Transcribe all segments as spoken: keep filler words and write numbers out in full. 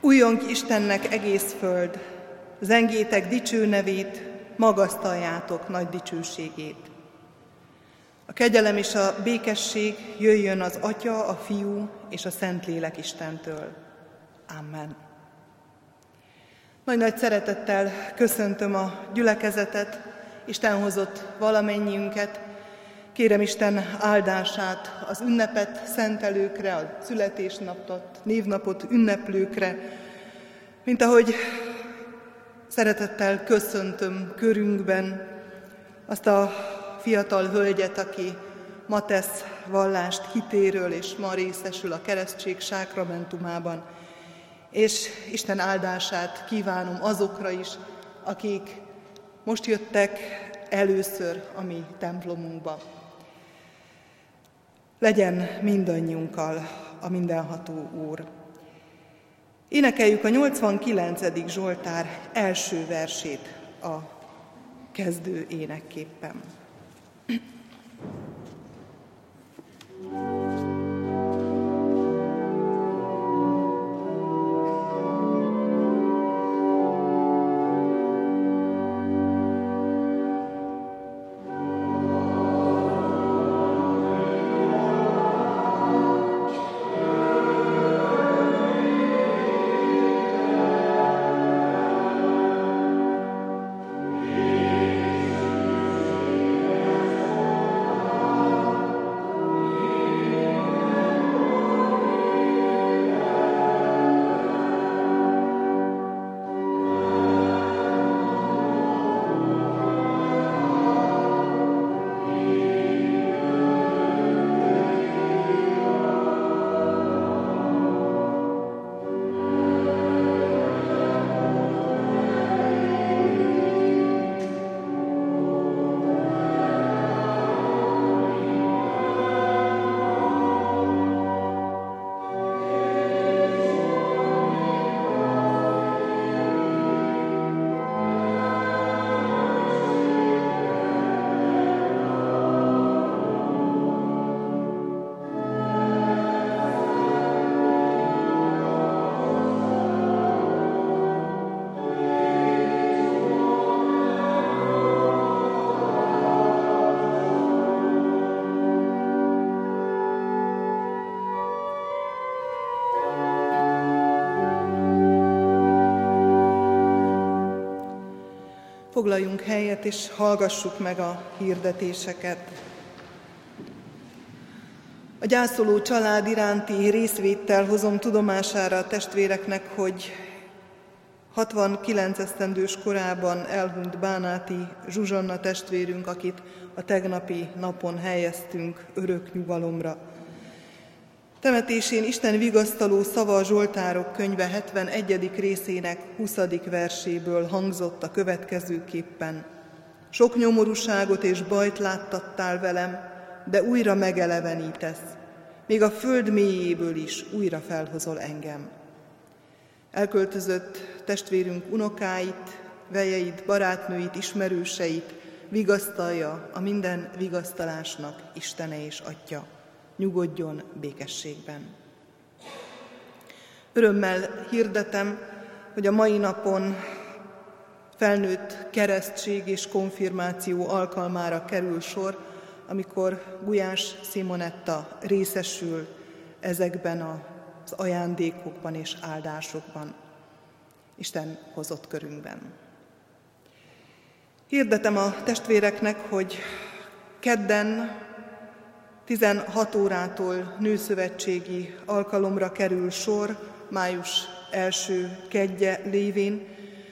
Újjon ki Istennek egész föld, zengétek dicső nevét, magasztaljátok nagy dicsőségét. A kegyelem és a békesség jöjjön az Atya, a Fiú és a Szentlélek Istentől. Amen. Nagy-nagy szeretettel köszöntöm a gyülekezetet, Isten hozott valamennyiünket. Kérem Isten áldását az ünnepet szentelőkre, a születésnapot, névnapot ünneplőkre, mint ahogy szeretettel köszöntöm körünkben azt a fiatal hölgyet, aki ma tesz vallást hitéről, és ma részesül a keresztség sákramentumában. És Isten áldását kívánom azokra is, akik most jöttek először a mi templomunkba. Legyen mindannyiunkkal a mindenható Úr. Énekeljük a nyolcvankilencedik Zsoltár első versét a kezdő énekképpen. Foglaljunk helyet, és hallgassuk meg a hirdetéseket. A gyászoló család iránti részvéttel hozom tudomására a testvéreknek, hogy hatvankilenc esztendős korában elhunyt Bánáti Zsuzsanna testvérünk, akit a tegnapi napon helyeztünk örök nyugalomra. Temetésén Isten vigasztaló szava a Zsoltárok könyve hetvenegyedik részének huszadik verséből hangzott a következőképpen. Sok nyomorúságot és bajt láttattál velem, de újra megelevenítesz. Még a föld mélyéből is újra felhozol engem. Elköltözött testvérünk unokáit, vejeit, barátnőit, ismerőseit vigasztalja a minden vigasztalásnak Istene és Atya. Nyugodjon békességben. Örömmel hirdetem, hogy a mai napon felnőtt keresztség és konfirmáció alkalmára kerül sor, amikor Gulyás Simonetta részesül ezekben az ajándékokban és áldásokban Isten hozott körünkben. Hirdetem a testvéreknek, hogy kedden tizenhat órától nőszövetségi alkalomra kerül sor, május első keddje lévén,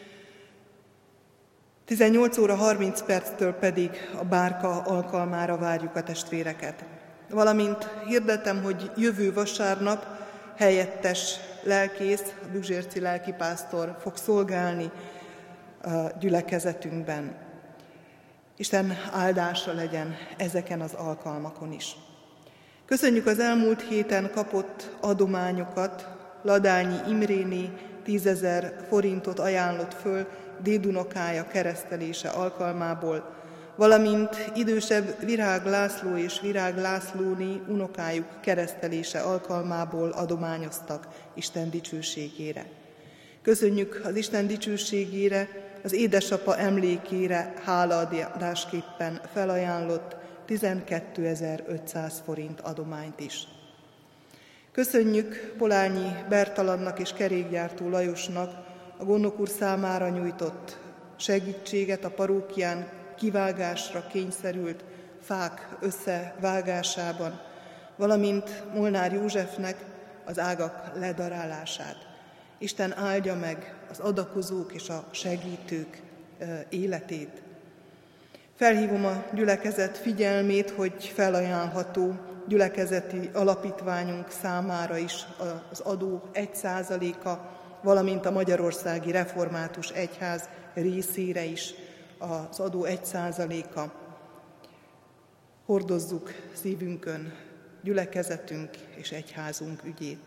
tizennyolc óra harminc perctől pedig a bárka alkalmára várjuk a testvéreket. Valamint hirdetem, hogy jövő vasárnap helyettes lelkész, a bükzsérci lelkipásztor fog szolgálni a gyülekezetünkben. Isten áldása legyen ezeken az alkalmakon is. Köszönjük az elmúlt héten kapott adományokat. Ladányi Imréné tízezer forintot ajánlott föl dédunokája keresztelése alkalmából, valamint idősebb Virág László és Virág Lászlóné unokájuk keresztelése alkalmából adományoztak Isten dicsőségére. Köszönjük az Isten dicsőségére, az édesapa emlékére hálaadásképpen felajánlott tizenkétezer-ötszáz forint adományt is. Köszönjük Polányi Bertalannak és kerékgyártó Lajosnak a gondnok úr számára nyújtott segítséget a parókián kivágásra kényszerült fák összevágásában, valamint Molnár Józsefnek az ágak ledarálását. Isten áldja meg az adakozók és a segítők életét. Felhívom a gyülekezet figyelmét, hogy felajánlható gyülekezeti alapítványunk számára is az adó egy százaléka, valamint a Magyarországi Református Egyház részére is az adó egy százaléka. Hordozzuk szívünkön gyülekezetünk és egyházunk ügyét.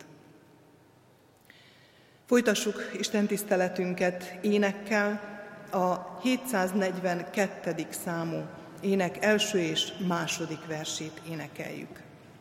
Folytassuk istentiszteletünket énekkel, a hétszáznegyvenkettedik számú ének első és második versét énekeljük.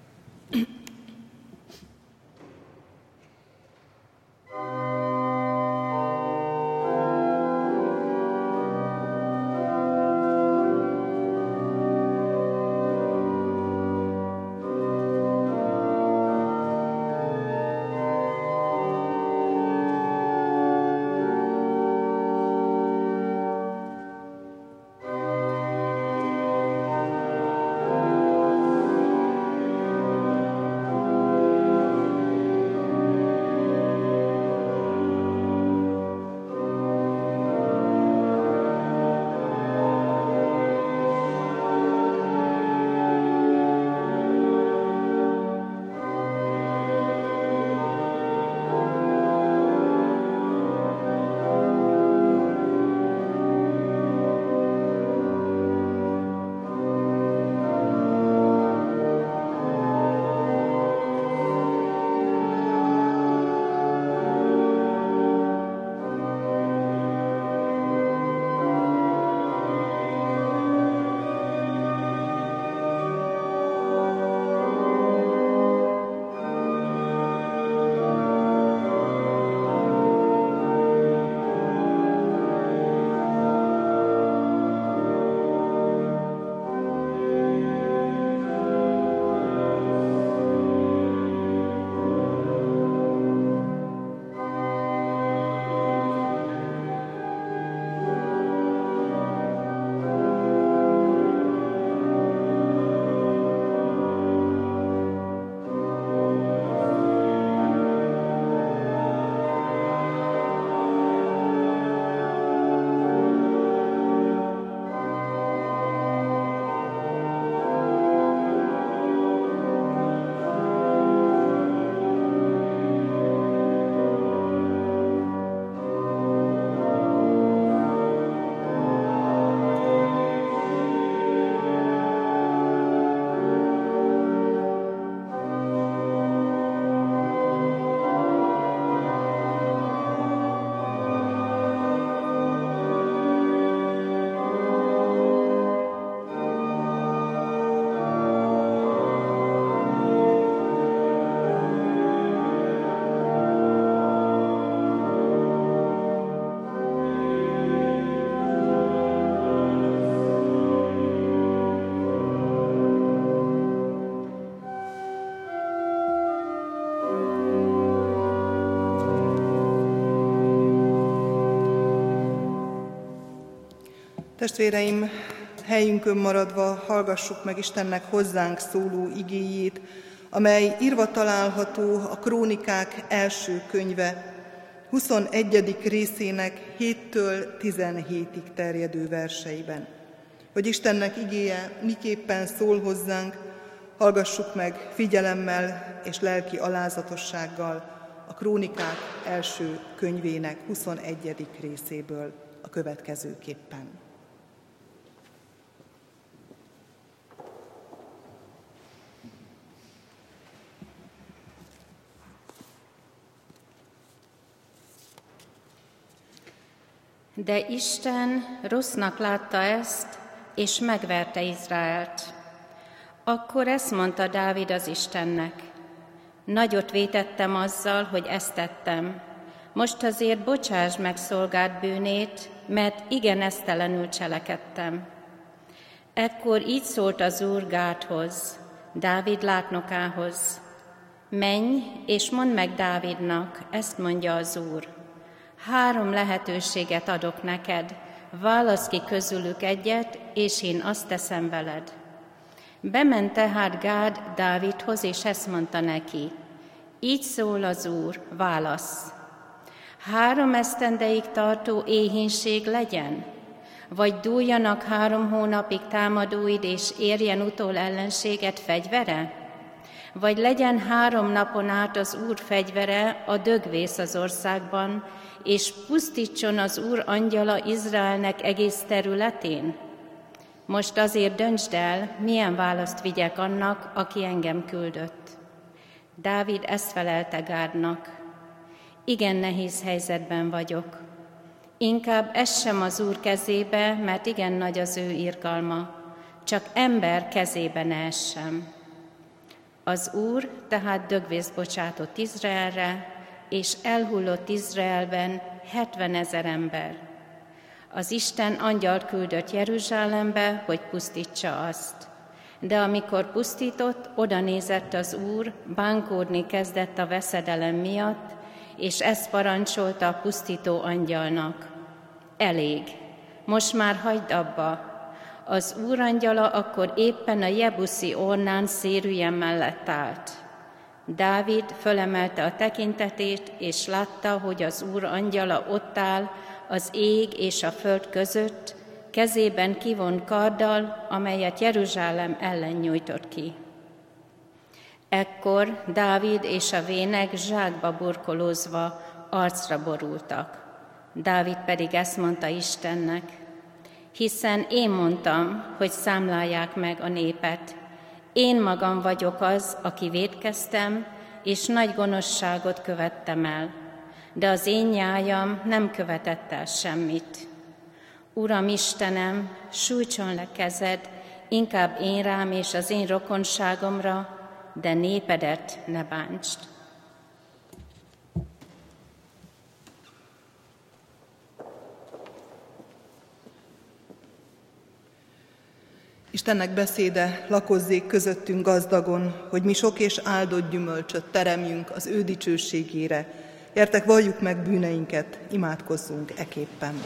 Testvéreim, helyünkön maradva hallgassuk meg Istennek hozzánk szóló igéjét, amely írva található a Krónikák első könyve huszonegyedik részének héttől tizenhétig terjedő verseiben. Hogy Istennek igéje miképpen szól hozzánk, hallgassuk meg figyelemmel és lelki alázatossággal a Krónikák első könyvének huszonegyedik részéből a következőképpen. De Isten rossznak látta ezt, és megverte Izraelt. Akkor ezt mondta Dávid az Istennek: nagyot vétettem azzal, hogy ezt tettem. most azért bocsáss meg szolgád bűnét, mert igen esztelenül cselekedtem. Ekkor így szólt az Úr Gádhoz, Dávid látnokához: menj és mondd meg Dávidnak, ezt mondja az Úr. Három lehetőséget adok neked, válasz ki közülük egyet, és én azt teszem veled. Bement tehát Gád Dávidhoz, és ezt mondta neki: így szól az Úr, válasz. Három esztendeig tartó éhínség legyen? Vagy dúljanak három hónapig támadóid, és érjen utol ellenséget fegyvere? Vagy legyen három napon át az Úr fegyvere, a dögvész az országban, és pusztítson az Úr angyala Izraelnek egész területén? Most azért döntsd el, milyen választ vigyek annak, aki engem küldött. Dávid ezt felelte Gádnak: igen nehéz helyzetben vagyok. Inkább essem az Úr kezébe, mert igen nagy az ő irgalma. Csak ember kezébe ne essem. Az Úr tehát dögvészt bocsátott Izraelre, és elhullott Izraelben hetvenezer ember. Az Isten angyalt küldött Jeruzsálembe, hogy pusztítsa azt. De amikor pusztított, oda nézett az Úr, bánkódni kezdett a veszedelem miatt, és ezt parancsolta a pusztító angyalnak: elég, most már hagyd abba. Az Úr angyala akkor éppen a jebuszi Ornán szérülye mellett állt. Dávid fölemelte a tekintetét, és látta, hogy az Úr angyala ott áll az ég és a föld között, kezében kivont karddal, amelyet Jeruzsálem ellen nyújtott ki. Ekkor Dávid és a vének zsákba burkolózva arcra borultak. Dávid pedig ezt mondta Istennek: hiszen én mondtam, hogy számlálják meg a népet. Én magam vagyok az, aki vétkeztem, és nagy gonoszságot követtem el, de az én nyájam nem követett el semmit. Uram Istenem, sújtson le kezed, inkább én rám és az én rokonságomra, de népedet ne bántsd. Istennek beszéde lakozzék közöttünk gazdagon, hogy mi sok és áldott gyümölcsöt teremjünk az ő dicsőségére. Gyertek, valljuk meg bűneinket, imádkozzunk eképpen.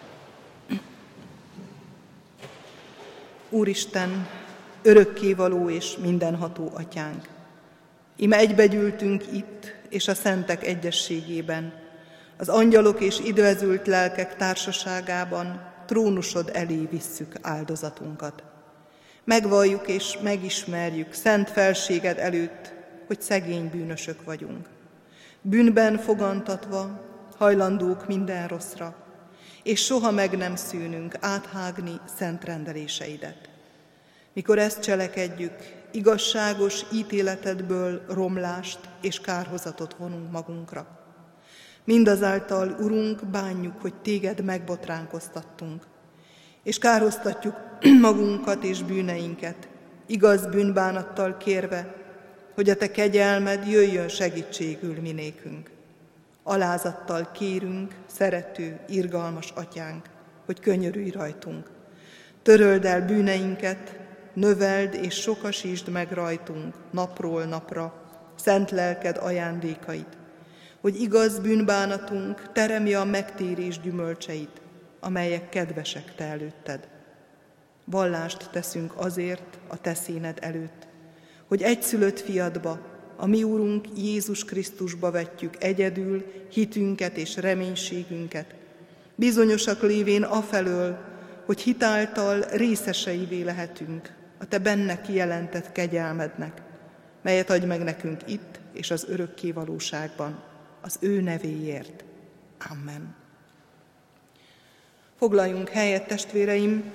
Úristen, örökkévaló és mindenható atyánk, ime egybegyűltünk itt és a szentek egyességében, az angyalok és időezült lelkek társaságában trónusod elé visszük áldozatunkat. Megvalljuk és megismerjük szent felséged előtt, hogy szegény bűnösök vagyunk. Bűnben fogantatva, hajlandók minden rosszra, és soha meg nem szűnünk áthágni szent rendeléseidet. Mikor ezt cselekedjük, igazságos ítéletedből romlást és kárhozatot vonunk magunkra. Mindazáltal, Urunk, bánjuk, hogy téged megbotránkoztattunk, és kárhoztatjuk magunkat és bűneinket, igaz bűnbánattal kérve, hogy a te kegyelmed jöjjön segítségül minékünk. Alázattal kérünk, szerető, irgalmas atyánk, hogy könyörülj rajtunk. Töröld el bűneinket, növeld és sokasítsd meg rajtunk napról napra szent lelked ajándékait, hogy igaz bűnbánatunk teremje a megtérés gyümölcseit, amelyek kedvesek te előtted. Vallást teszünk azért a te színed előtt, hogy egyszülött fiadba, a mi Úrunk Jézus Krisztusba vetjük egyedül hitünket és reménységünket, bizonyosak lévén afelől, hogy hitáltal részeseivé lehetünk a te benne kijelentett kegyelmednek, melyet adj meg nekünk itt és az örökké valóságban, az ő nevéért. Amen. Foglaljunk helyet, testvéreim,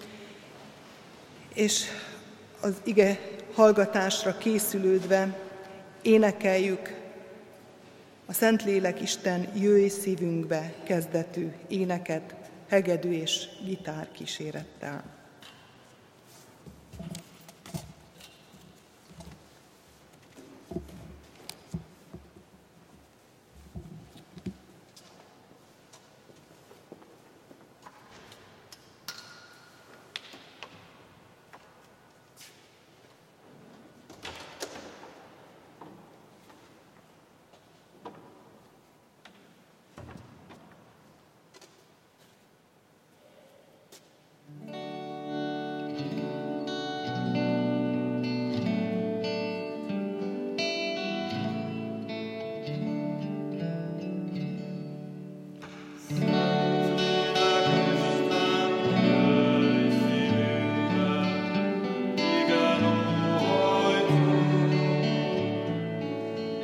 és az ige hallgatásra készülődve énekeljük a Szentlélek Isten jöjj szívünkbe kezdetű éneket hegedű és gitár kísérettel.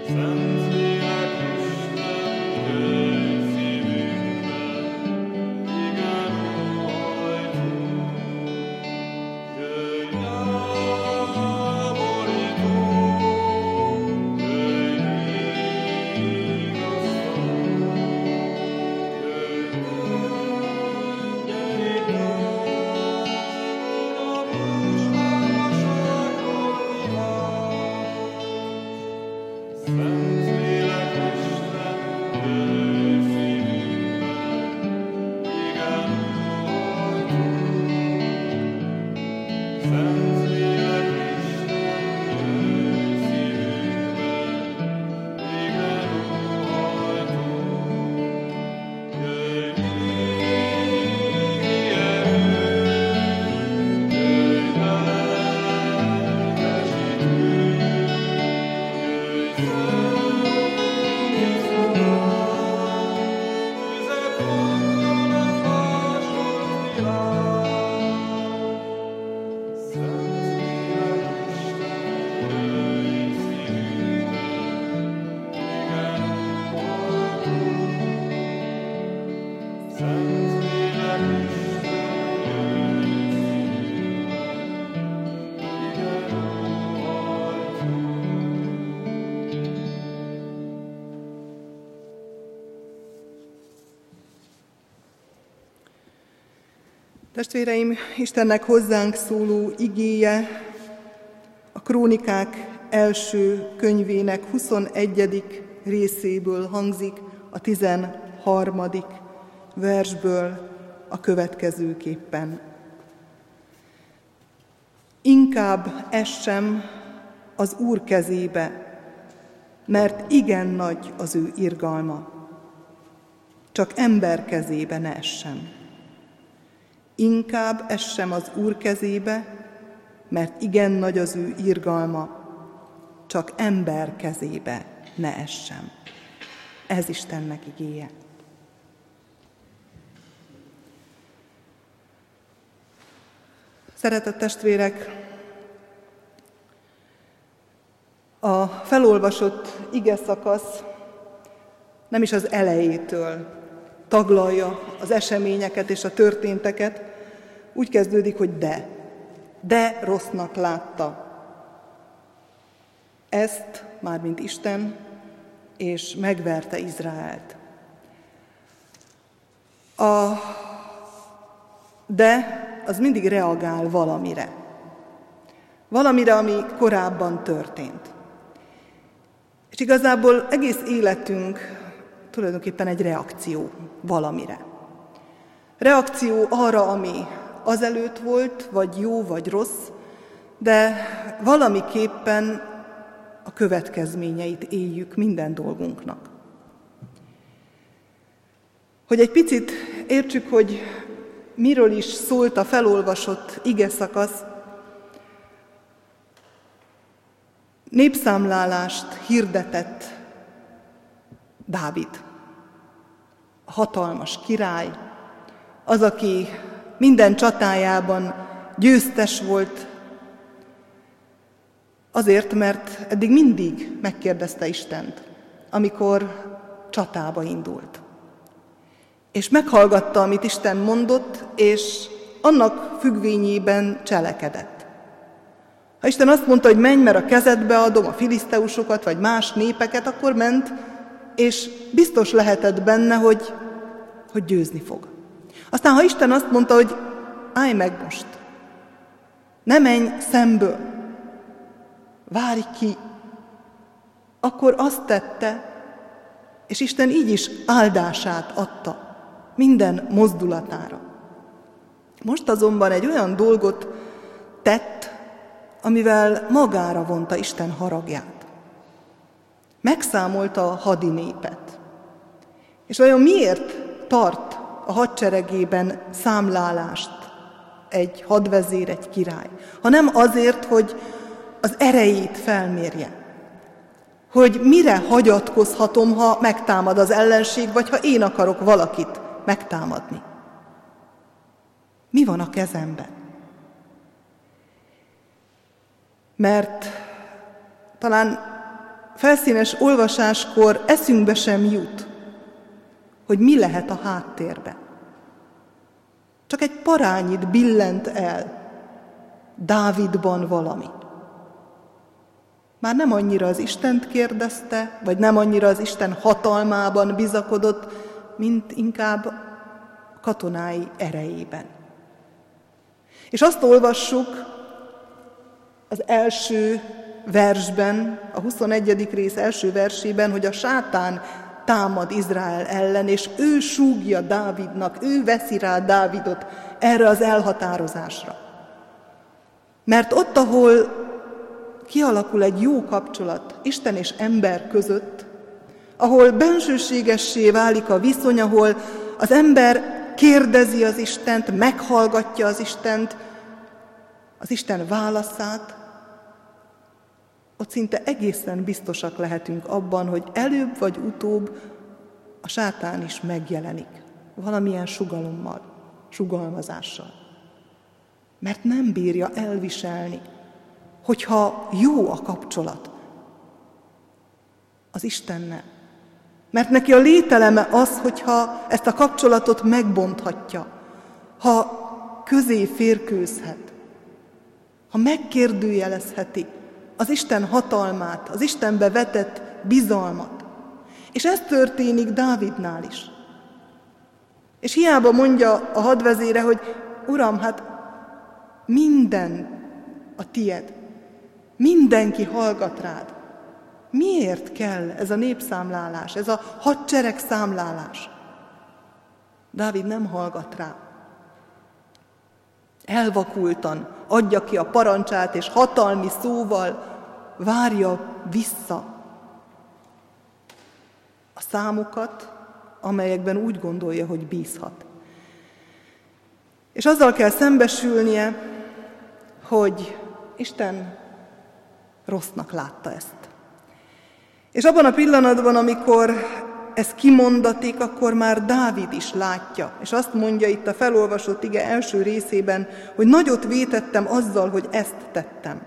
Testvéreim, Istennek hozzánk szóló igéje a Krónikák első könyvének huszonegyedik részéből hangzik, a tizenharmadik versből a következőképpen. Inkább essem az Úr kezébe, mert igen nagy az ő irgalma. Csak ember kezébe ne essem. Inkább essem az Úr kezébe, mert igen nagy az ő irgalma, csak ember kezébe ne essem. Ez Istennek igéje. Szeretett testvérek, a felolvasott igeszakasz nem is az elejétől taglalja az eseményeket és a történteket, úgy kezdődik, hogy de. De rossznak látta ezt, mármint Isten, és megverte Izraelt. A de az mindig reagál valamire. Valamire, ami korábban történt. És igazából egész életünk tulajdonképpen egy reakció valamire. Reakció arra, ami azelőtt volt, vagy jó, vagy rossz, de valamiképpen a következményeit éljük minden dolgunknak. Hogy egy picit értsük, hogy miről is szólt a felolvasott igeszakasz, népszámlálást hirdetett Dávid, a hatalmas király, az, aki minden csatájában győztes volt, azért, mert eddig mindig megkérdezte Istent, amikor csatába indult. És meghallgatta, amit Isten mondott, és annak függvényében cselekedett. Ha Isten azt mondta, hogy menj, mert a kezedbe adom a filiszteusokat, vagy más népeket, akkor ment, és biztos lehetett benne, hogy, hogy győzni fog. Aztán, ha Isten azt mondta, hogy állj meg most, ne menj szemből, várj ki, akkor azt tette, és Isten így is áldását adta minden mozdulatára. Most azonban egy olyan dolgot tett, amivel magára vonta Isten haragját. Megszámolta a hadinépet. És vajon miért tart a hadseregében számlálást egy hadvezér, egy király? Hanem azért, hogy az erejét felmérje. Hogy mire hagyatkozhatom, ha megtámad az ellenség, vagy ha én akarok valakit megtámadni. Mi van a kezemben? Mert talán felszínes olvasáskor eszünkbe sem jut, hogy mi lehet a háttérbe. Csak egy parányit billent el Dávidban valami. Már nem annyira az Istent kérdezte, vagy nem annyira az Isten hatalmában bizakodott, mint inkább katonái erejében. És azt olvassuk az első versben, a huszonegyedik rész első versében, hogy a sátán támad Izrael ellen, és ő súgja Dávidnak, ő veszi rá Dávidot erre az elhatározásra. Mert ott, ahol kialakul egy jó kapcsolat Isten és ember között, ahol bensőségessé válik a viszony, ahol az ember kérdezi az Istent, meghallgatja az Istent, az Isten válaszát, ott szinte egészen biztosak lehetünk abban, hogy előbb vagy utóbb a sátán is megjelenik valamilyen sugalommal, sugalmazással. Mert nem bírja elviselni, hogyha jó a kapcsolat az Istennel. Mert neki a lételeme az, hogyha ezt a kapcsolatot megbonthatja, ha közé férkőzhet, ha megkérdőjelezheti az Isten hatalmát, az Istenbe vetett bizalmat. És ez történik Dávidnál is. És hiába mondja a hadvezére, hogy Uram, hát minden a tied, mindenki hallgat rád. Miért kell ez a népszámlálás, ez a hadsereg számlálás? Dávid nem hallgat rá. Elvakultan adja ki a parancsát, és hatalmi szóval várja vissza a számokat, amelyekben úgy gondolja, hogy bízhat. És azzal kell szembesülnie, hogy Isten rossznak látta ezt. És abban a pillanatban, amikor ez kimondatik, akkor már Dávid is látja. És azt mondja itt a felolvasott ige első részében, hogy nagyot vétettem azzal, hogy ezt tettem.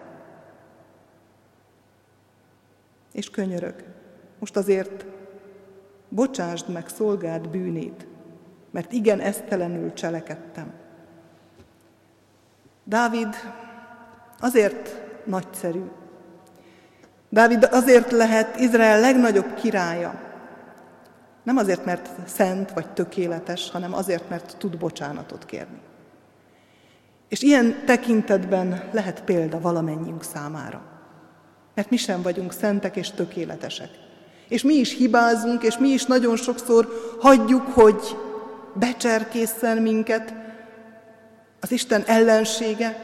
És könyörög. Most azért bocsásd meg szolgád bűnét, mert igen esztelenül cselekedtem. Dávid azért nagyszerű. Dávid azért lehet Izrael legnagyobb királya. Nem azért, mert szent vagy tökéletes, hanem azért, mert tud bocsánatot kérni. És ilyen tekintetben lehet példa valamennyiünk számára. Mert mi sem vagyunk szentek és tökéletesek. És mi is hibázunk, és mi is nagyon sokszor hagyjuk, hogy becserkészen minket az Isten ellensége.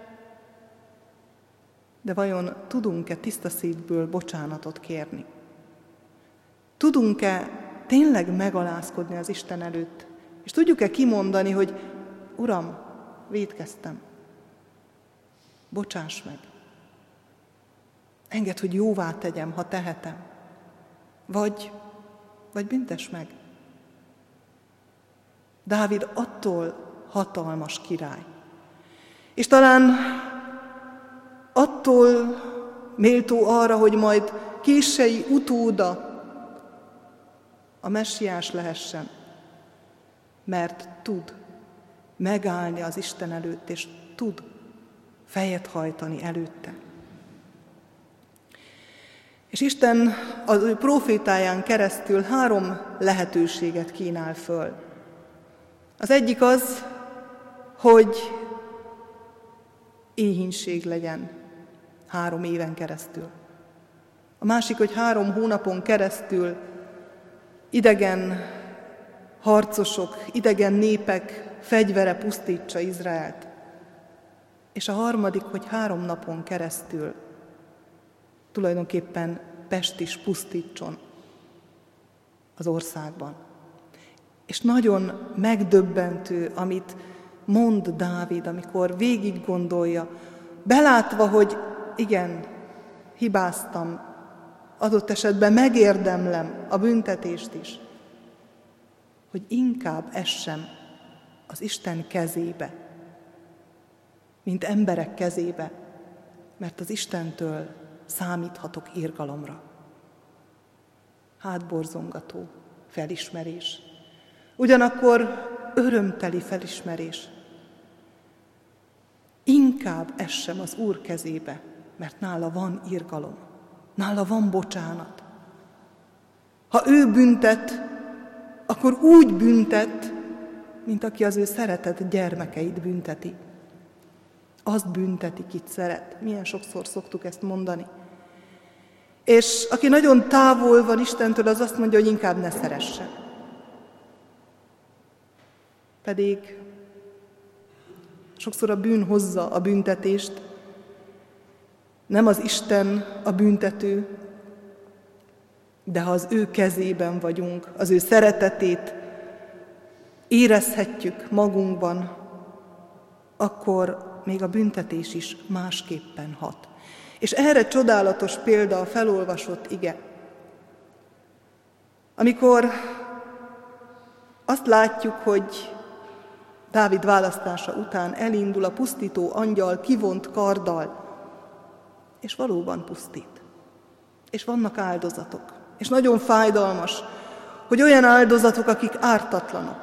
De vajon tudunk-e tiszta szívből bocsánatot kérni? Tudunk-e tényleg megalázkodni az Isten előtt? És tudjuk-e kimondani, hogy Uram, vétkeztem, bocsáss meg. Engedd, hogy jóvá tegyem, ha tehetem. Vagy, vagy büntess meg. Dávid attól hatalmas király. És talán attól méltó arra, hogy majd kései utóda a messiás lehessen, mert tud megállni az Isten előtt, és tud fejet hajtani előtte. És Isten az ő prófétáján keresztül három lehetőséget kínál föl. Az egyik az, hogy éhínség legyen három éven keresztül. A másik, hogy három hónapon keresztül idegen harcosok, idegen népek fegyvere pusztítsa Izraelt. És a harmadik, hogy három napon keresztül tulajdonképpen Pest is pusztítson az országban. És nagyon megdöbbentő, amit mond Dávid, amikor végig gondolja, belátva, hogy igen, hibáztam, adott esetben megérdemlem a büntetést is, hogy inkább essem az Isten kezébe, mint emberek kezébe, mert az Istentől számíthatok irgalomra. hátborzongató felismerés. Ugyanakkor örömteli felismerés. Inkább essem az Úr kezébe, mert nála van irgalom, nála van bocsánat. Ha ő büntet, akkor úgy büntet, mint aki az ő szeretett gyermekeit bünteti. Azt bünteti, kit szeret. Milyen sokszor szoktuk ezt mondani. És aki nagyon távol van Istentől, az azt mondja, hogy inkább ne szeressen. Pedig sokszor a bűn hozza a büntetést, nem az Isten a büntető, de ha az ő kezében vagyunk, az ő szeretetét érezhetjük magunkban, akkor még a büntetés is másképpen hat. És erre csodálatos példa a felolvasott ige. Amikor azt látjuk, hogy Dávid választása után elindul a pusztító angyal kivont karddal, és valóban pusztít. És vannak áldozatok. És nagyon fájdalmas, hogy olyan áldozatok, akik ártatlanok.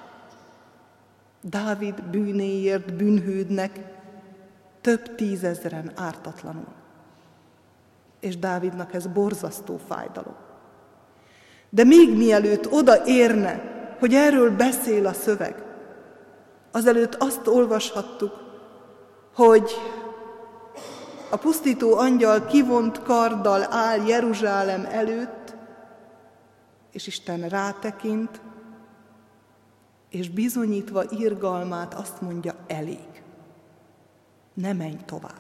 Dávid bűnéért bűnhődnek több tízezren ártatlanul. És Dávidnak ez borzasztó fájdalom. De még mielőtt oda érne, hogy erről beszél a szöveg, azelőtt azt olvashattuk, hogy a pusztító angyal kivont karddal áll Jeruzsálem előtt, és Isten rátekint, és bizonyítva irgalmát azt mondja, elég. Ne menj tovább.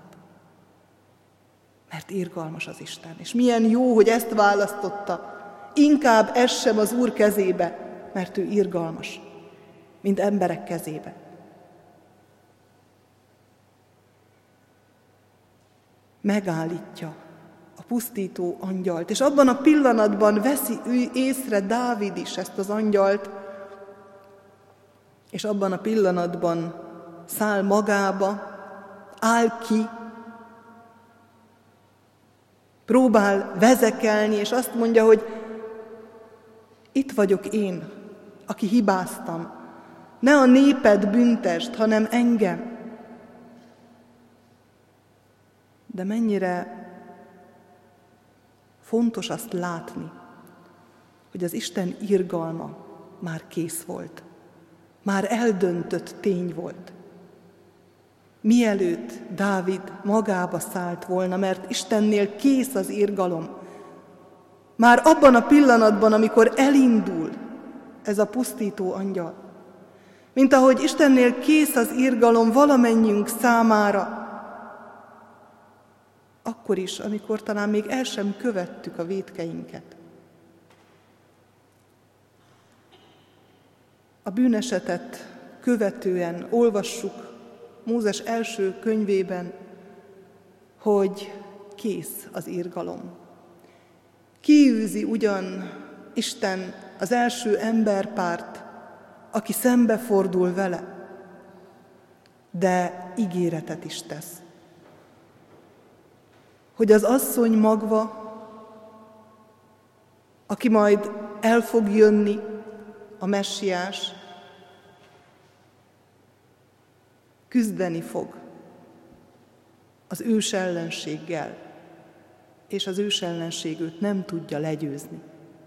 Mert irgalmas az Isten. És milyen jó, hogy ezt választotta. Inkább essem az Úr kezébe, mert ő irgalmas, mint emberek kezébe. Megállítja a pusztító angyalt, és abban a pillanatban veszi ő észre Dávid is ezt az angyalt, és abban a pillanatban száll magába, áll ki, próbál vezekelni, és azt mondja, hogy itt vagyok én, aki hibáztam. Ne a néped büntesd, hanem engem. De mennyire fontos azt látni, hogy az Isten irgalma már kész volt. Már eldöntött tény volt. Mielőtt Dávid magába szállt volna, mert Istennél kész az irgalom. Már abban a pillanatban, amikor elindul ez a pusztító angyal, mint ahogy Istennél kész az irgalom valamennyiünk számára, akkor is, amikor talán még el sem követtük a vétkeinket. A bűnesetet követően olvassuk Mózes első könyvében, hogy kész az irgalom. Kiűzi ugyan Isten az első emberpárt, aki szembefordul vele, de ígéretet is tesz. Hogy az asszony magva, aki majd el fog jönni, a messiás, küzdeni fog az ős ellenséggel, és az ős ellenség őt nem tudja legyőzni.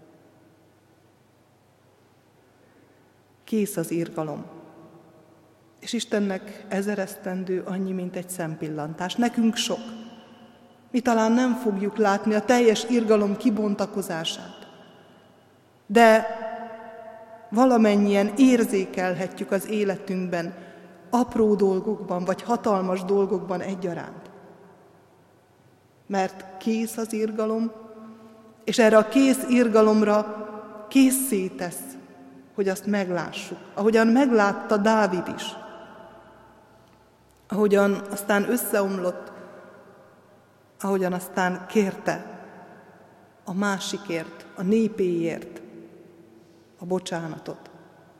Kész az irgalom. És Istennek ezer esztendő annyi, mint egy szempillantás. Nekünk sok. Mi talán nem fogjuk látni a teljes irgalom kibontakozását. De valamennyien érzékelhetjük az életünkben, apró dolgokban, vagy hatalmas dolgokban egyaránt. Mert kész az irgalom, és erre a kész irgalomra készé tesz, hogy azt meglássuk. Ahogyan meglátta Dávid is. Ahogyan aztán összeomlott, ahogyan aztán kérte a másikért, a népéért a bocsánatot.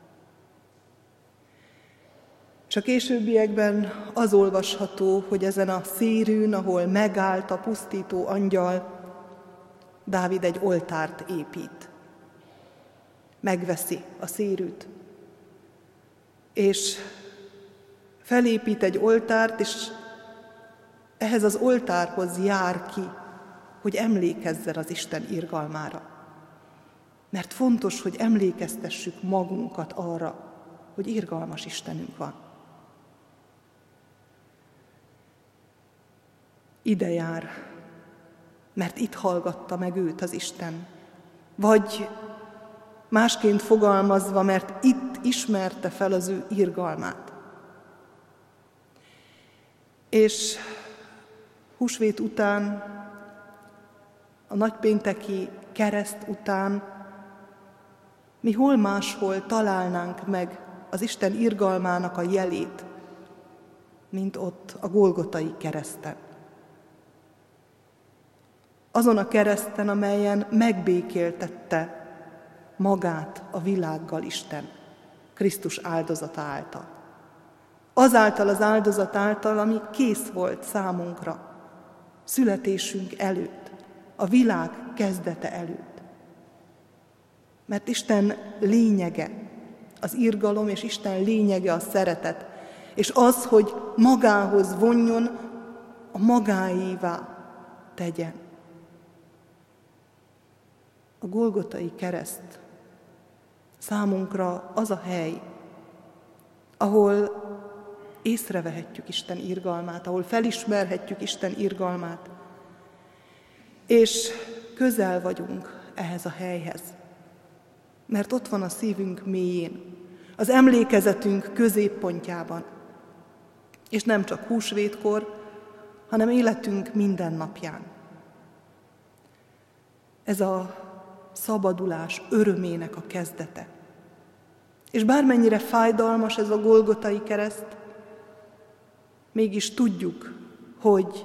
És a későbbiekben az olvasható, hogy ezen a szérűn, ahol megállt a pusztító angyal, Dávid egy oltárt épít. Megveszi a szérűt, és felépít egy oltárt, és ehhez az oltárhoz jár ki, hogy emlékezzen az Isten irgalmára. Mert fontos, hogy emlékeztessük magunkat arra, hogy irgalmas Istenünk van. Ide jár, mert itt hallgatta meg őt az Isten. Vagy másként fogalmazva, mert itt ismerte fel az ő irgalmát. És húsvét után, a nagypénteki kereszt után mi hol máshol találnánk meg az Isten irgalmának a jelét, mint ott a Golgotai kereszten. Azon a kereszten, amelyen megbékéltette magát a világgal Isten, Krisztus áldozata által. Azáltal az áldozat által, ami kész volt számunkra, születésünk előtt, a világ kezdete előtt. Mert Isten lényege az irgalom, és Isten lényege a szeretet, és az, hogy magához vonjon, a magáévá tegyen. A Golgotai kereszt számunkra az a hely, ahol észrevehetjük Isten irgalmát, ahol felismerhetjük Isten irgalmát, és közel vagyunk ehhez a helyhez. Mert ott van a szívünk mélyén, az emlékezetünk középpontjában, és nem csak húsvétkor, hanem életünk minden napján. Ez a szabadulás örömének a kezdete. És bármennyire fájdalmas ez a Golgotai kereszt, mégis tudjuk, hogy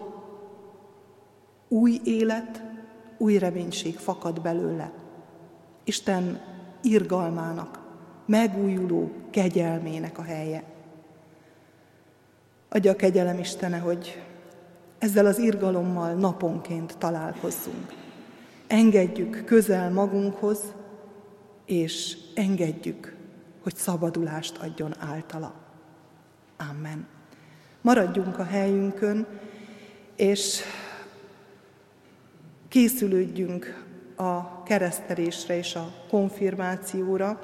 új élet, új reménység fakad belőle. Isten irgalmának, megújuló kegyelmének a helye. Adja a kegyelem Istene, hogy ezzel az irgalommal naponként találkozzunk. Engedjük közel magunkhoz, és engedjük, hogy szabadulást adjon általa. Amen. Maradjunk a helyünkön, és készülődjünk a keresztelésre és a konfirmációra.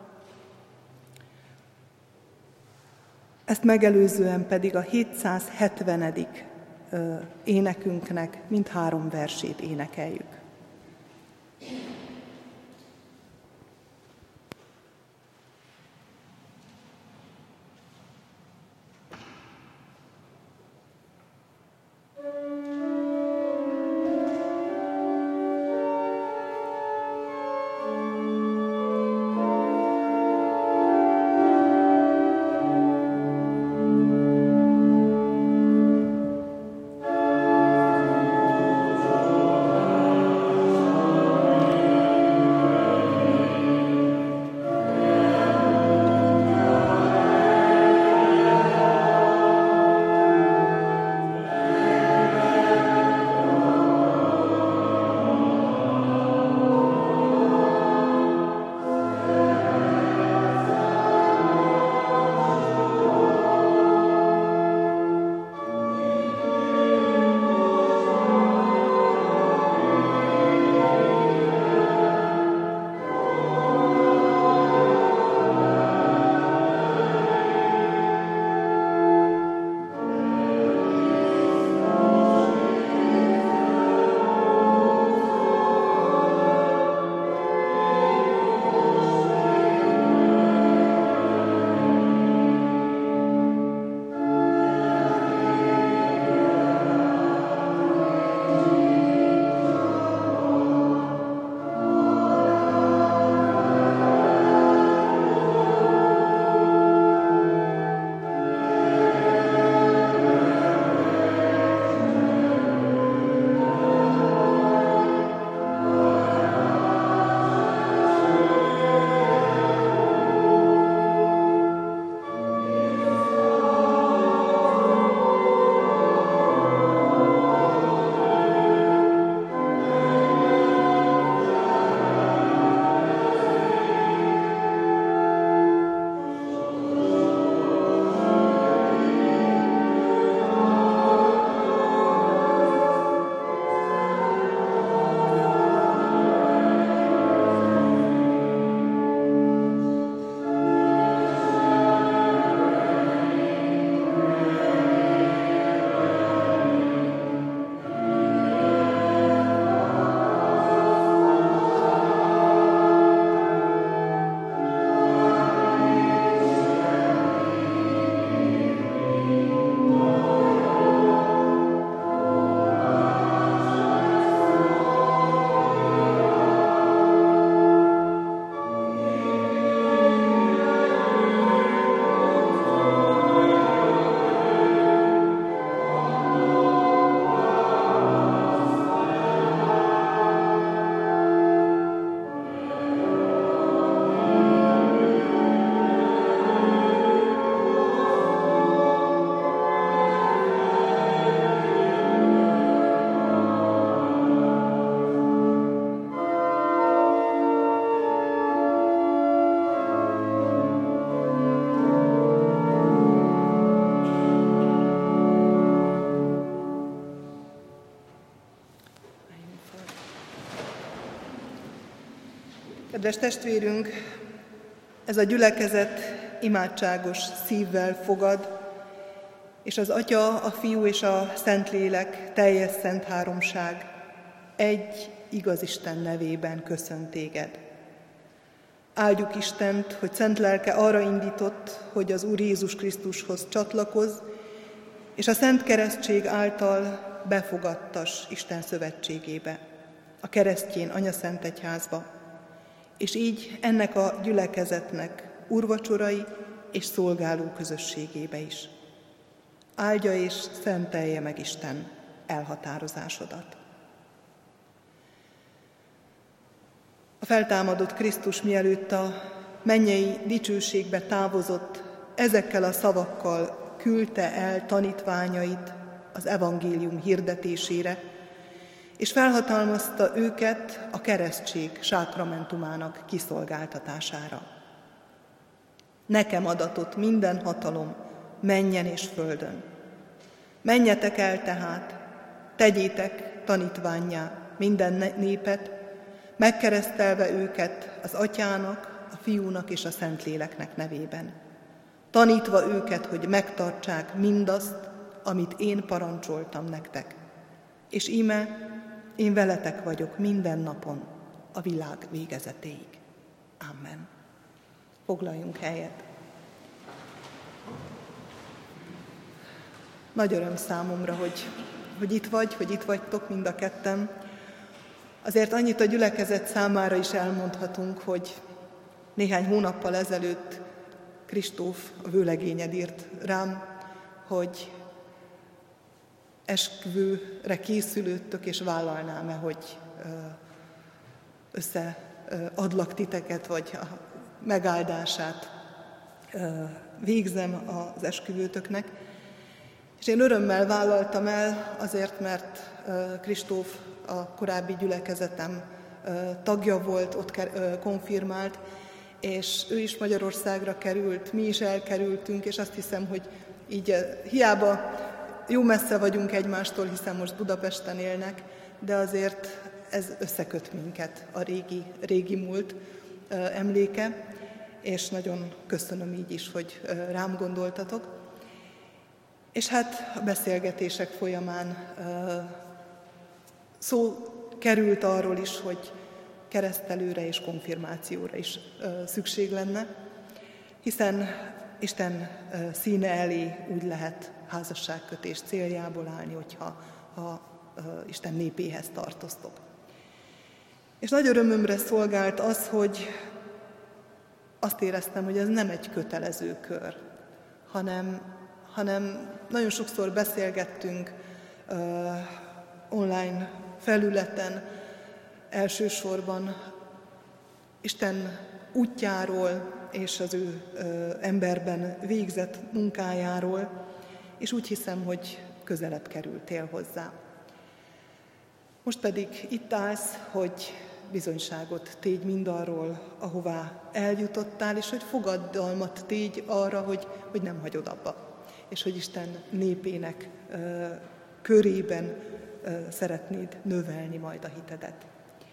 Ezt megelőzően pedig a hétszázhetvenedik énekünknek mindhárom versét énekeljük. Kedves testvérünk, ez a gyülekezet imádságos szívvel fogad, és az Atya, a Fiú és a Szentlélek teljes szent háromság egy igaz Isten nevében köszönt téged. Áldjuk Istent, hogy szent lelke arra indított, hogy az Úr Jézus Krisztushoz csatlakozz, és a Szent Keresztség által befogadtass Isten szövetségébe, a keresztjén anyaszent egyházba, és így ennek a gyülekezetnek úrvacsorai és szolgáló közösségébe is. Áldja és szentelje meg Isten elhatározásodat. A feltámadott Krisztus mielőtt a mennyei dicsőségbe távozott, ezekkel a szavakkal küldte el tanítványait az evangélium hirdetésére, és felhatalmazta őket a keresztség sákramentumának kiszolgáltatására. Nekem adatott minden hatalom mennyen és földön. Menjetek el tehát, tegyétek tanítvánnyá minden népet, megkeresztelve őket az Atyának, a Fiúnak és a Szentléleknek nevében, tanítva őket, hogy megtartsák mindazt, amit én parancsoltam nektek. És íme, én veletek vagyok minden napon, a világ végezetéig. Amen. Foglaljunk helyet. Nagy öröm számomra, hogy, hogy itt vagy, hogy itt vagytok mind a ketten. Azért annyit a gyülekezet számára is elmondhatunk, hogy néhány hónappal ezelőtt Kristóf, a vőlegényed írt rám, hogy esküvőre készülődtök, és vállalnám-e, hogy összeadlak titeket, vagy a megáldását végzem az esküvőtöknek. És én örömmel vállaltam el, azért, mert Kristóf a korábbi gyülekezetem tagja volt, ott konfirmált, és ő is Magyarországra került, mi is elkerültünk, és azt hiszem, hogy így hiába jó messze vagyunk egymástól, hiszen most Budapesten élnek, de azért ez összeköt minket, a régi, régi múlt emléke, és nagyon köszönöm így is, hogy rám gondoltatok. És hát a beszélgetések folyamán szó került arról is, hogy keresztelőre és konfirmációra is szükség lenne, hiszen Isten színe elé úgy lehet házasságkötés céljából állni, hogyha ha Isten népéhez tartoztok. És nagy örömömre szolgált az, hogy azt éreztem, hogy ez nem egy kötelező kör, hanem, hanem nagyon sokszor beszélgettünk uh, online felületen, elsősorban Isten útjáról és az ő uh, emberben végzett munkájáról, és úgy hiszem, hogy közelebb kerültél hozzá. Most pedig itt állsz, hogy bizonyságot tégy mindarról, ahová eljutottál, és hogy fogadalmat tégy arra, hogy, hogy nem hagyod abba, és hogy Isten népének ö, körében ö, szeretnéd növelni majd a hitedet.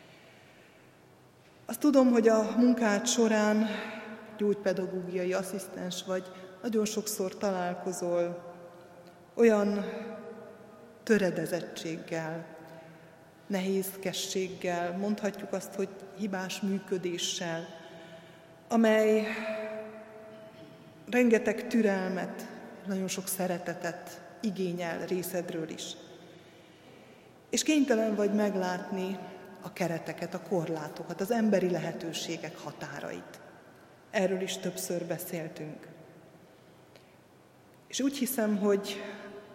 Azt tudom, hogy a munkád során gyógypedagógiai asszisztens vagy, nagyon sokszor találkozol olyan töredezettséggel, nehézkességgel, mondhatjuk azt, hogy hibás működéssel, amely rengeteg türelmet, nagyon sok szeretetet igényel részedről is. És kénytelen vagy meglátni a kereteket, a korlátokat, az emberi lehetőségek határait. Erről is többször beszéltünk. És úgy hiszem, hogy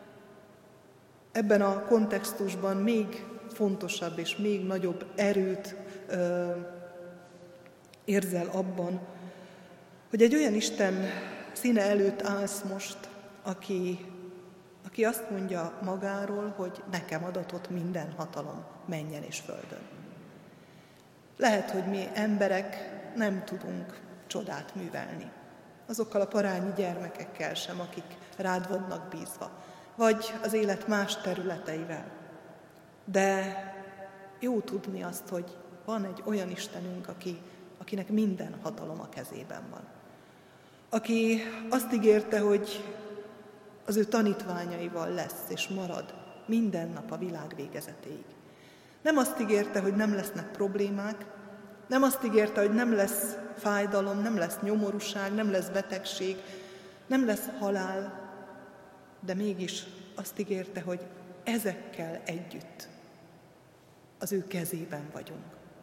ebben a kontextusban még fontosabb és még nagyobb erőt ö, érzel abban, hogy egy olyan Isten színe előtt állsz most, aki, aki azt mondja magáról, hogy nekem adatott minden hatalom mennyen és földön. Lehet, hogy mi emberek nem tudunk csodát művelni. Azokkal a parányi gyermekekkel sem, akik rád vannak bízva, vagy az élet más területeivel. De jó tudni azt, hogy van egy olyan Istenünk, aki, akinek minden hatalom a kezében van. Aki azt ígérte, hogy az ő tanítványaival lesz és marad minden nap a világ végezetéig. Nem azt ígérte, hogy nem lesznek problémák, nem azt ígérte, hogy nem lesz fájdalom, nem lesz nyomorúság, nem lesz betegség, nem lesz halál, de mégis azt ígérte, hogy ezekkel együtt az ő kezében vagyunk.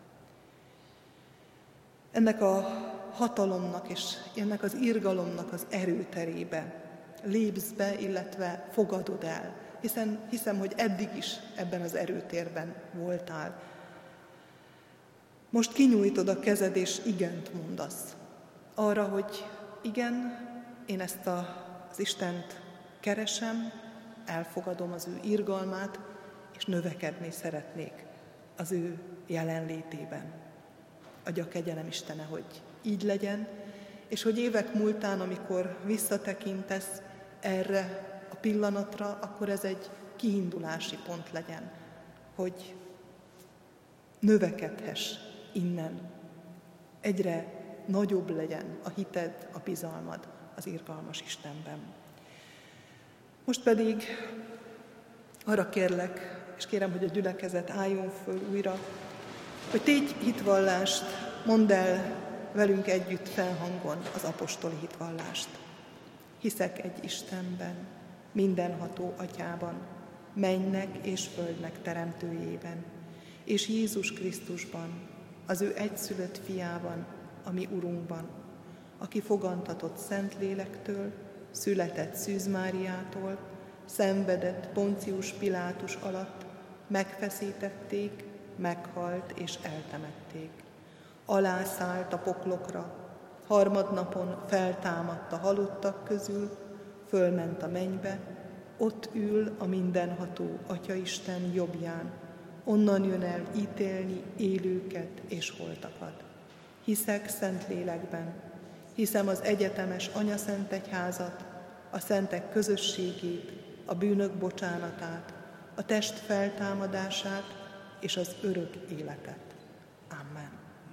Ennek a hatalomnak és ennek az irgalomnak az erőterébe lépsz be, illetve fogadod el, hiszen hiszem, hogy eddig is ebben az erőtérben voltál. Most kinyújtod a kezed, és igent mondasz arra, hogy igen, én ezt a, az Istent keresem, elfogadom az ő irgalmát, és növekedni szeretnék az ő jelenlétében. Adja a kegyelem Istene, hogy így legyen, és hogy évek múltán, amikor visszatekintesz erre a pillanatra, akkor ez egy kiindulási pont legyen, hogy növekedhess innen. Egyre nagyobb legyen a hited, a bizalmad az irgalmas Istenben. Most pedig arra kérlek, és kérem, hogy a gyülekezet álljon föl újra, hogy tégy hitvallást, mondd el velünk együtt felhangon az apostoli hitvallást. Hiszek egy Istenben, mindenható Atyában, mennynek és földnek teremtőjében, és Jézus Krisztusban, az ő egyszülött fiában, a mi Urunkban, aki fogantatott Szentlélektől, született Szűz Máriától, szenvedett Poncius Pilátus alatt, megfeszítették, meghalt és eltemették. Alászállt a poklokra, harmadnapon feltámadt a halottak közül, fölment a mennybe, ott ül a mindenható Atyaisten jobbján, onnan jön el ítélni élőket és holtakat. Hiszek Szentlélekben, hiszem az egyetemes Anyaszentegyházat, a szentek közösségét, a bűnök bocsánatát, a test feltámadását és az örök életet. Amen.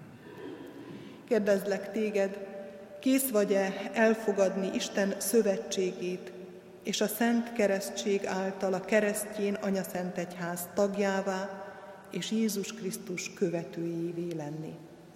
Kérdezlek téged, kész vagy-e elfogadni Isten szövetségét és a Szent Keresztség által a keresztjén Anyaszentegyház tagjává és Jézus Krisztus követőjévé lenni?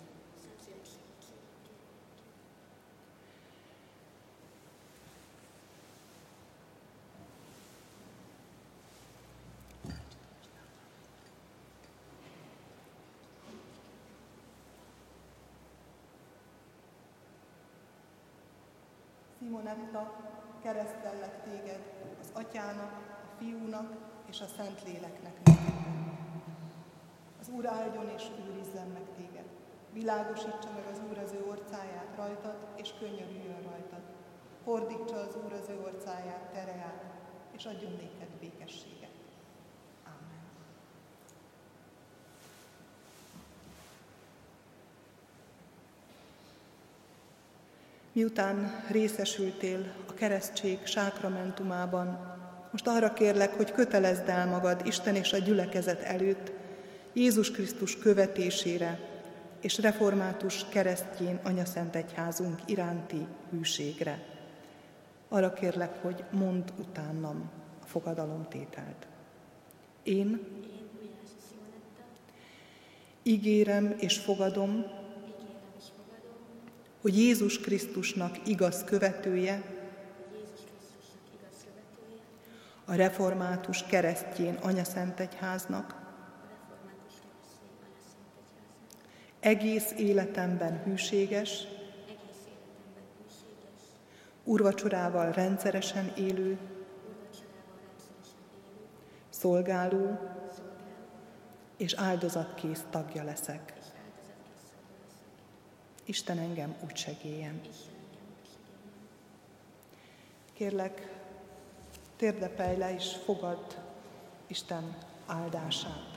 Simonetta, keresztellek téged az Atyának, a Fiúnak és a Szentléleknek nevében. Az Úr áldjon és őrizzen meg téged. Világosítsa meg az Úr az ő orcáját rajtad, és könyörüljön rajtad. Fordítsa az Úr az ő orcáját, tereát, és adjon néked békességet. Amen. Miután részesültél a keresztség sákramentumában, most arra kérlek, hogy kötelezd el magad Isten és a gyülekezet előtt Jézus Krisztus követésére és református keresztjén Anyaszentegyházunk iránti hűségre. Arra kérlek, hogy mondd utánam a fogadalomtételt. Én ígérem és fogadom, hogy Jézus Krisztusnak igaz követője, a református keresztjén Anyaszentegyháznak, egész életemben hűséges, úrvacsorával rendszeresen élő, szolgáló és áldozatkész tagja leszek. Isten engem úgy segéljen. Kérlek, térdepelj le és fogadd Isten áldását.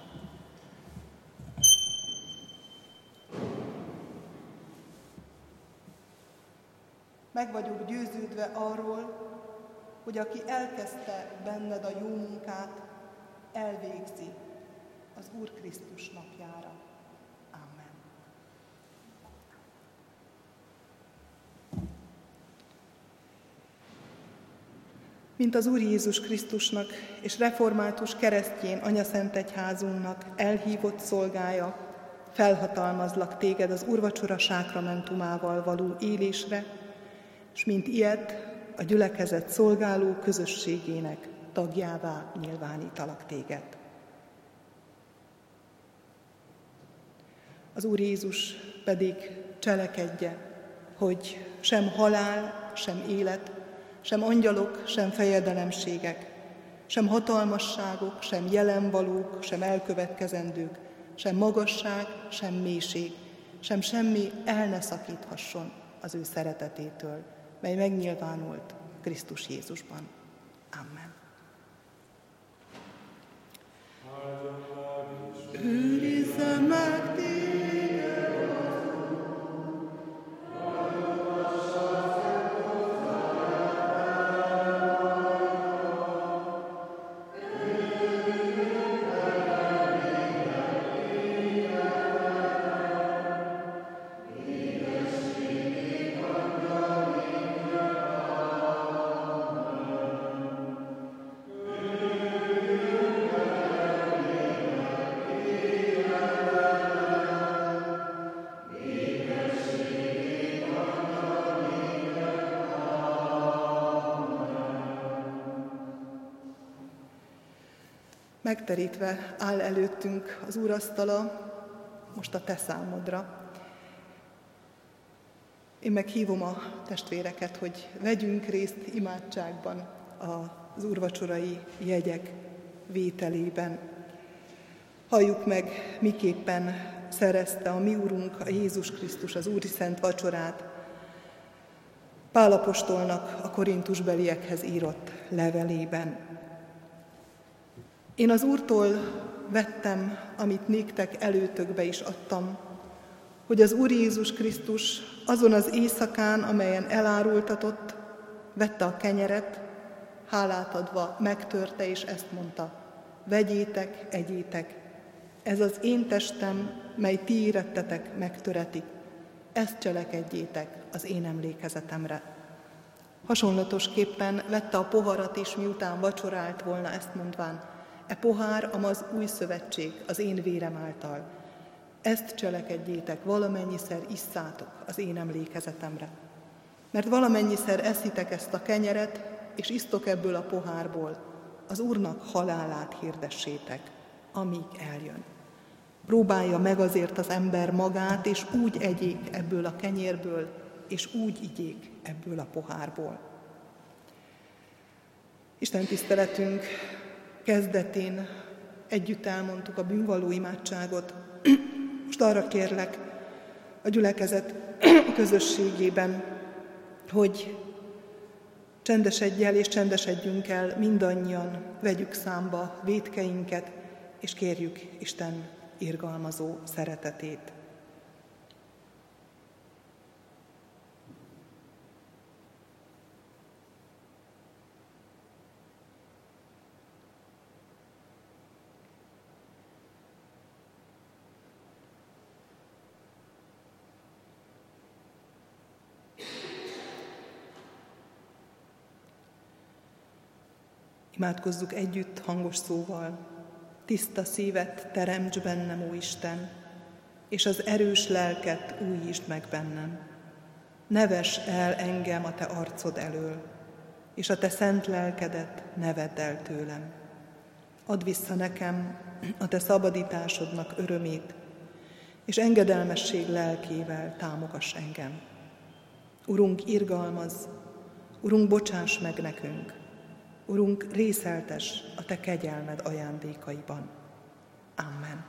Meg vagyok győződve arról, hogy aki elkezdte benned a jó munkát, elvégzi az Úr Krisztus napjára. Amen. mint az Úr Jézus Krisztusnak és református keresztjén anyaszentegyházunknak elhívott szolgája, felhatalmazlak téged az úrvacsora sákramentumával való élésre, és mint ilyet a gyülekezet szolgáló közösségének tagjává nyilvánítalak téged. Az Úr Jézus pedig cselekedje, hogy sem halál, sem élet, sem angyalok, sem fejedelemségek, sem hatalmasságok, sem jelenvalók, sem elkövetkezendők, sem magasság, sem mélység, sem semmi el ne szakíthasson az ő szeretetétől, mely megnyilvánult Krisztus Jézusban. Amen. Őrizzen meg megterítve áll előttünk az úrasztala, most a te számodra. Én meghívom a testvéreket, hogy vegyünk részt imádságban az úrvacsorai jegyek vételében. Halljuk meg, miképpen szerezte a mi Úrunk, a Jézus Krisztus az Úri Szent Vacsorát Pál apostolnak a korintusbeliekhez írott levelében. Én az Úrtól vettem, amit néktek előtökbe is adtam, hogy az Úr Jézus Krisztus azon az éjszakán, amelyen elárultatott, vette a kenyeret, hálát adva megtörte, és ezt mondta: vegyétek, egyétek, ez az én testem, mely ti érettetek, megtöretik, ezt cselekedjétek az én emlékezetemre. Hasonlatosképpen vette a poharat is, miután vacsorált volna, ezt mondván: e pohár, amaz új szövetség az én vérem által. Ezt cselekedjétek, valamennyiszer isszátok az én emlékezetemre. Mert valamennyiszer eszitek ezt a kenyeret, és isztok ebből a pohárból, az Úrnak halálát hirdessétek, amíg eljön. Próbálja meg azért az ember magát, és úgy egyék ebből a kenyérből, és úgy igyék ebből a pohárból. Isten tiszteletünk kezdetén együtt elmondtuk a bűnvalló imádságot. Most arra kérlek a gyülekezet közösségében, hogy csendesedj el és csendesedjünk el mindannyian, vegyük számba vétkeinket, és kérjük Isten irgalmazó szeretetét. Imádkozzuk együtt hangos szóval. Tiszta szívet teremts bennem, ó Isten, és az erős lelket újítsd meg bennem. Ne vess el engem a te arcod elől, és a te szent lelkedet ne vedd el tőlem. Add vissza nekem a te szabadításodnak örömét, és engedelmesség lelkével támogass engem. Urunk, irgalmazz, Urunk, bocsáss meg nekünk, Urunk, részeltes a te kegyelmed ajándékaiban. Amen.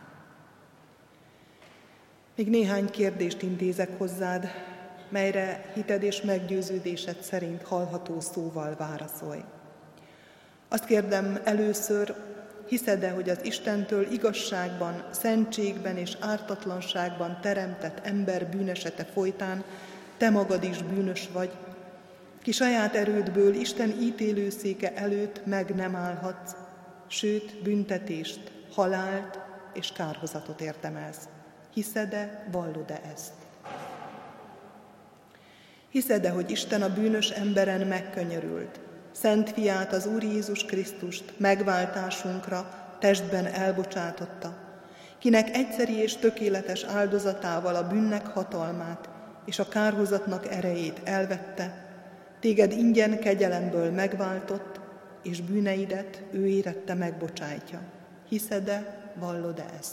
Még néhány kérdést intézek hozzád, melyre hited és meggyőződésed szerint hallható szóval válaszolj. Azt kérdem először, hiszed-e, hogy az Istentől igazságban, szentségben és ártatlanságban teremtett ember bűnesete folytán te magad is bűnös vagy, ki saját erődből Isten ítélőszéke előtt meg nem állhatsz, sőt, büntetést, halált és kárhozatot érdemelsz. Hiszed-e, vallod-e ezt? Hiszed-e, hogy Isten a bűnös emberen megkönyörült, Szent fiát, az Úr Jézus Krisztust megváltásunkra testben elbocsátotta, kinek egyszeri és tökéletes áldozatával a bűnnek hatalmát és a kárhozatnak erejét elvette, téged ingyen kegyelemből megváltott, és bűneidet ő érette megbocsájtja. Hiszed-e, vallod-e ezt?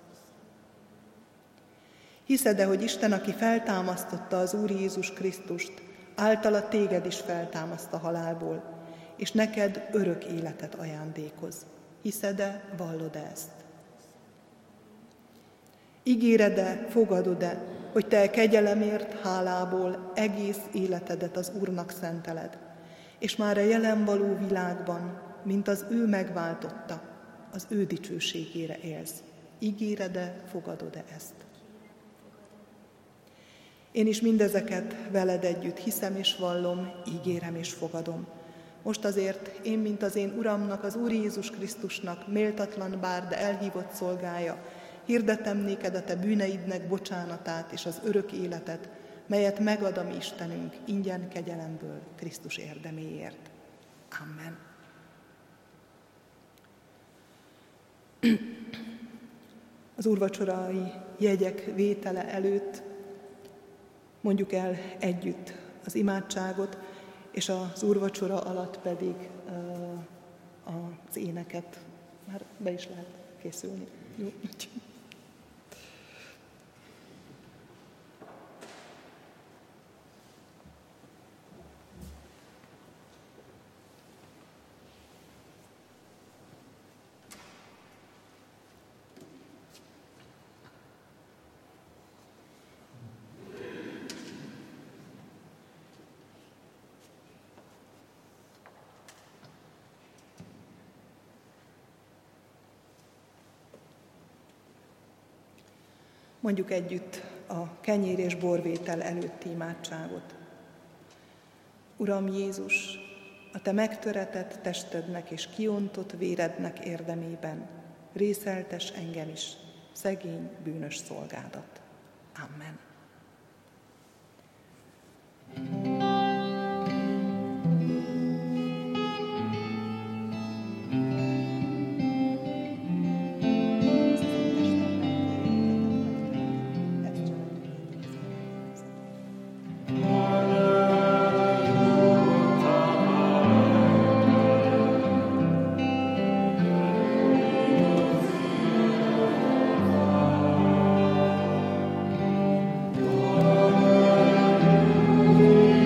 Hiszed-e, hogy Isten, aki feltámasztotta az Úr Jézus Krisztust, általa téged is feltámaszt a halálból, és neked örök életet ajándékoz? Hiszed-e, vallod-e ezt? Ígéred-e, fogadod-e, hogy te kegyelemért, hálából egész életedet az Úrnak szenteled, és már a jelen való világban, mint az ő megváltotta, az ő dicsőségére élsz? Ígéred-e, fogadod-e ezt? Én is mindezeket veled együtt hiszem és vallom, ígérem és fogadom. Most azért én, mint az én Uramnak, az Úr Jézus Krisztusnak méltatlan bár, de elhívott szolgája, hirdetem néked a te bűneidnek bocsánatát és az örök életet, melyet megad a mi Istenünk ingyen kegyelemből Krisztus érdeméért. Amen. Az úrvacsorai jegyek vétele előtt mondjuk el együtt az imádságot, és az úrvacsora alatt pedig uh, az éneket már be is lehet készülni. Jó. Mondjuk együtt a kenyér és borvétel előtti imádságot. Uram Jézus, a te megtöretett testednek és kiontott vérednek érdemében részeltes engem is, szegény, bűnös szolgádat. Amen. Amen.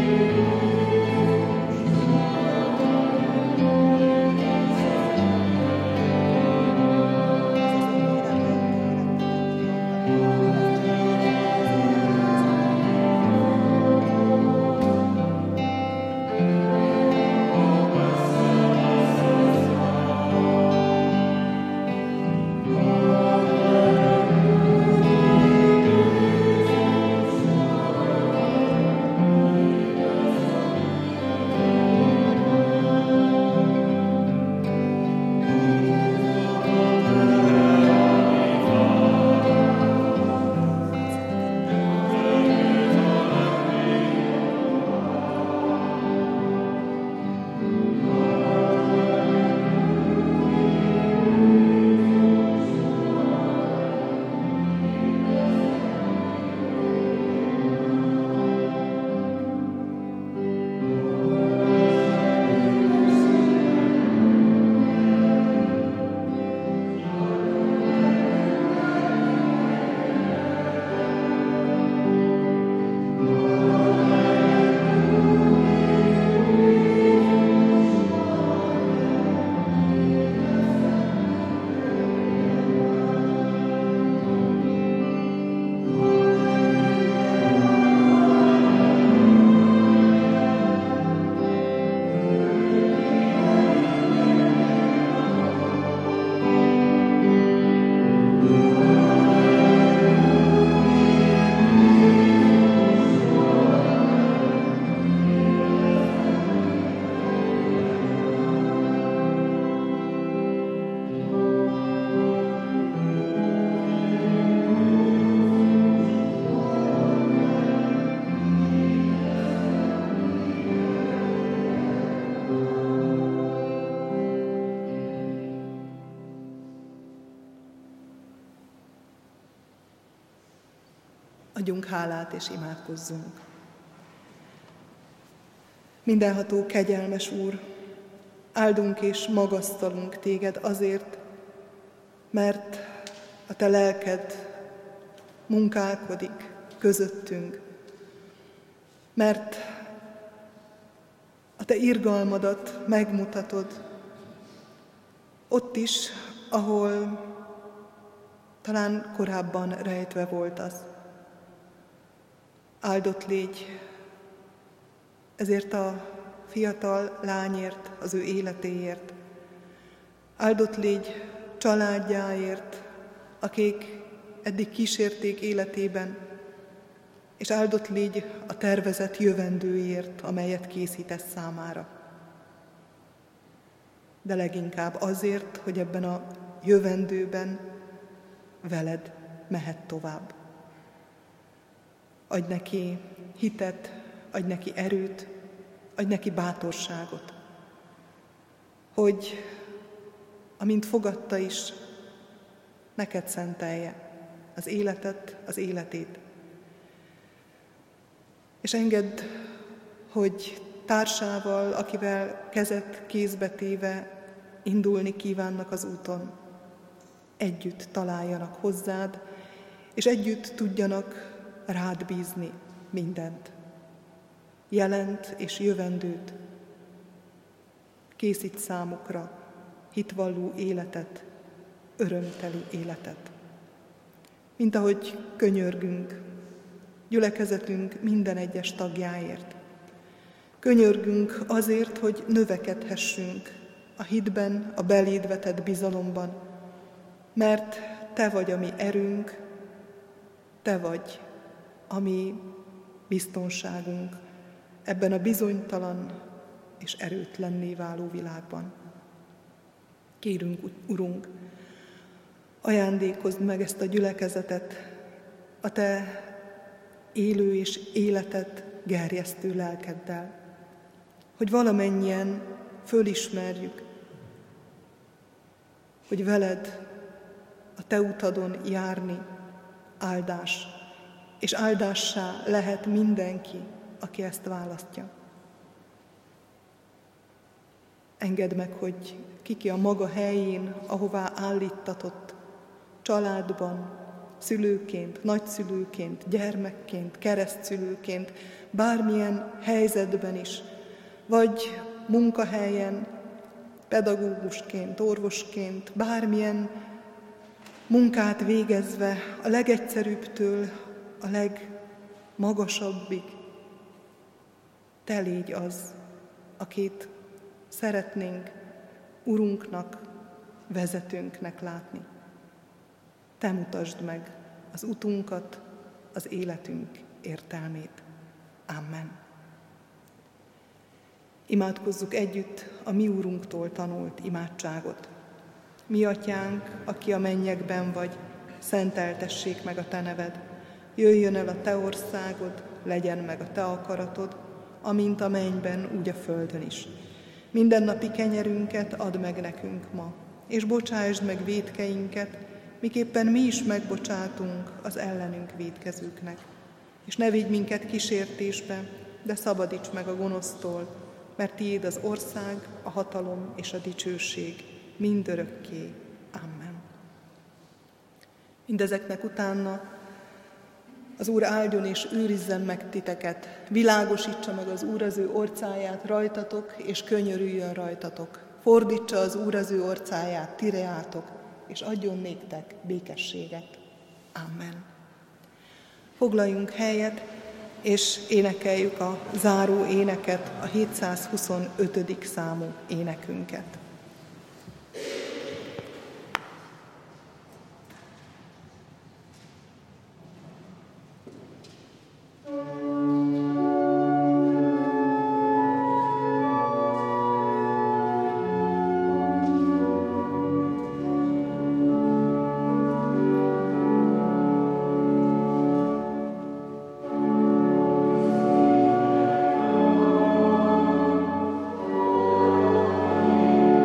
Adjunk hálát és imádkozzunk. Mindenható, kegyelmes Úr, áldunk és magasztalunk Téged azért, mert a Te lelked munkálkodik közöttünk, mert a Te irgalmadat megmutatod ott is, ahol talán korábban rejtve volt az. Áldott légy ezért a fiatal lányért, az ő életéért. Áldott légy családjáért, akik eddig kísérték életében, és áldott légy a tervezett jövendőért, amelyet készítesz számára. De leginkább azért, hogy ebben a jövendőben veled mehet tovább. Adj neki hitet, adj neki erőt, adj neki bátorságot, hogy amint fogadta is, neked szentelje az életet, az életét. És engedd, hogy társával, akivel kezet kézbe téve indulni kívánnak az úton, együtt találjanak hozzád, és együtt tudjanak rád bízni mindent. Jelent és jövendőt. Készít számukra hitvalló életet, örömteli életet. Mint ahogy könyörgünk gyülekezetünk minden egyes tagjáért. Könyörgünk azért, hogy növekedhessünk a hitben, a beléd vetett bizalomban, mert Te vagy a mi erőnk, Te vagy a mi biztonságunk ebben a bizonytalan és erőtlenné váló világban. Kérünk, Urunk, ajándékozd meg ezt a gyülekezetet, a Te élő és életet gerjesztő lelkeddel, hogy valamennyien fölismerjük, hogy veled a Te utadon járni áldás, és áldássá lehet mindenki, aki ezt választja. Engedd meg, hogy kiki a maga helyén, ahová állíttatott, családban, szülőként, nagyszülőként, gyermekként, keresztszülőként, bármilyen helyzetben is, vagy munkahelyen, pedagógusként, orvosként, bármilyen munkát végezve, a legegyszerűbbtől a legmagasabbig, Te légy az, akit szeretnénk Urunknak, vezetőnknek látni. Te mutasd meg az utunkat, az életünk értelmét. Amen. Imádkozzuk együtt a mi Úrunktól tanult imádságot. Mi Atyánk, aki a mennyekben vagy, szenteltessék meg a Te neved. Jöjjön el a Te országod, legyen meg a Te akaratod, amint a mennyben, úgy a földön is. Mindennapi kenyerünket add meg nekünk ma, és bocsásd meg vétkeinket, miképpen mi is megbocsátunk az ellenünk vétkezőknek. És ne vigy minket kísértésbe, de szabadíts meg a gonosztól, mert tiéd az ország, a hatalom és a dicsőség mindörökké. Amen. Mindezeknek utána az Úr áldjon és őrizzen meg titeket, világosítsa meg az Úr az ő orcáját rajtatok, és könyörüljön rajtatok. Fordítsa az Úr az ő orcáját tireátok, és adjon néktek békességet. Amen. Foglaljunk helyet, és énekeljük a záró éneket, a hétszázhuszonötödik számú énekünket. Thank you.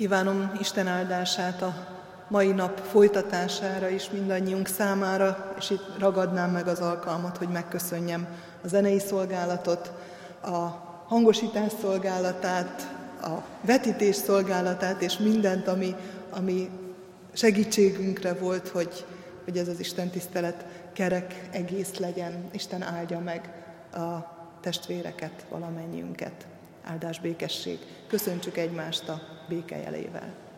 Kívánom Isten áldását a mai nap folytatására is mindannyiunk számára, és itt ragadnám meg az alkalmat, hogy megköszönjem a zenei szolgálatot, a hangosítás szolgálatát, a vetítés szolgálatát, és mindent, ami, ami segítségünkre volt, hogy, hogy ez az Isten tisztelet kerek egész legyen. Isten áldja meg a testvéreket, valamennyiünket. Áldás, békesség. Köszöntsük egymást a béke jelével.